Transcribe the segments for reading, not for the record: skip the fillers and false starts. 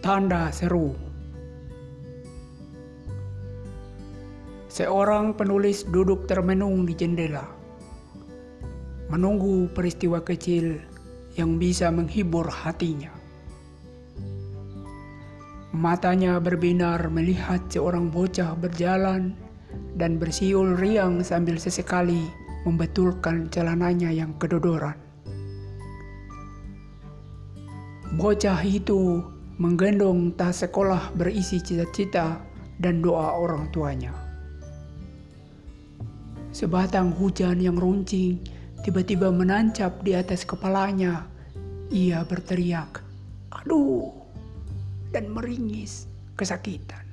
Tanda seru. Seorang penulis duduk termenung di jendela, menunggu peristiwa kecil yang bisa menghibur hatinya. Matanya berbinar melihat seorang bocah berjalan dan bersiul riang sambil sesekali membetulkan celananya yang kedodoran. Bocah itu menggendong tas sekolah berisi cita-cita dan doa orang tuanya. Sebatang hujan yang runcing tiba-tiba menancap di atas kepalanya. Ia berteriak, "Aduh!" dan meringis kesakitan.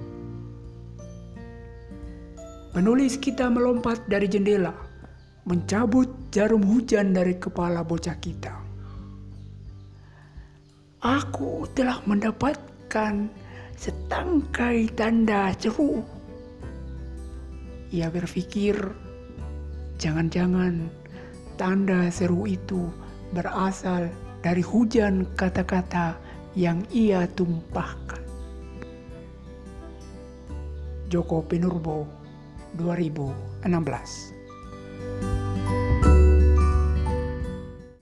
Penulis kita melompat dari jendela, mencabut jarum hujan dari kepala bocah kita. "Aku telah mendapatkan setangkai tanda seru." Ia berpikir, jangan-jangan tanda seru itu berasal dari hujan kata-kata yang ia tumpahkan. Djoko Pinurbo, 2016.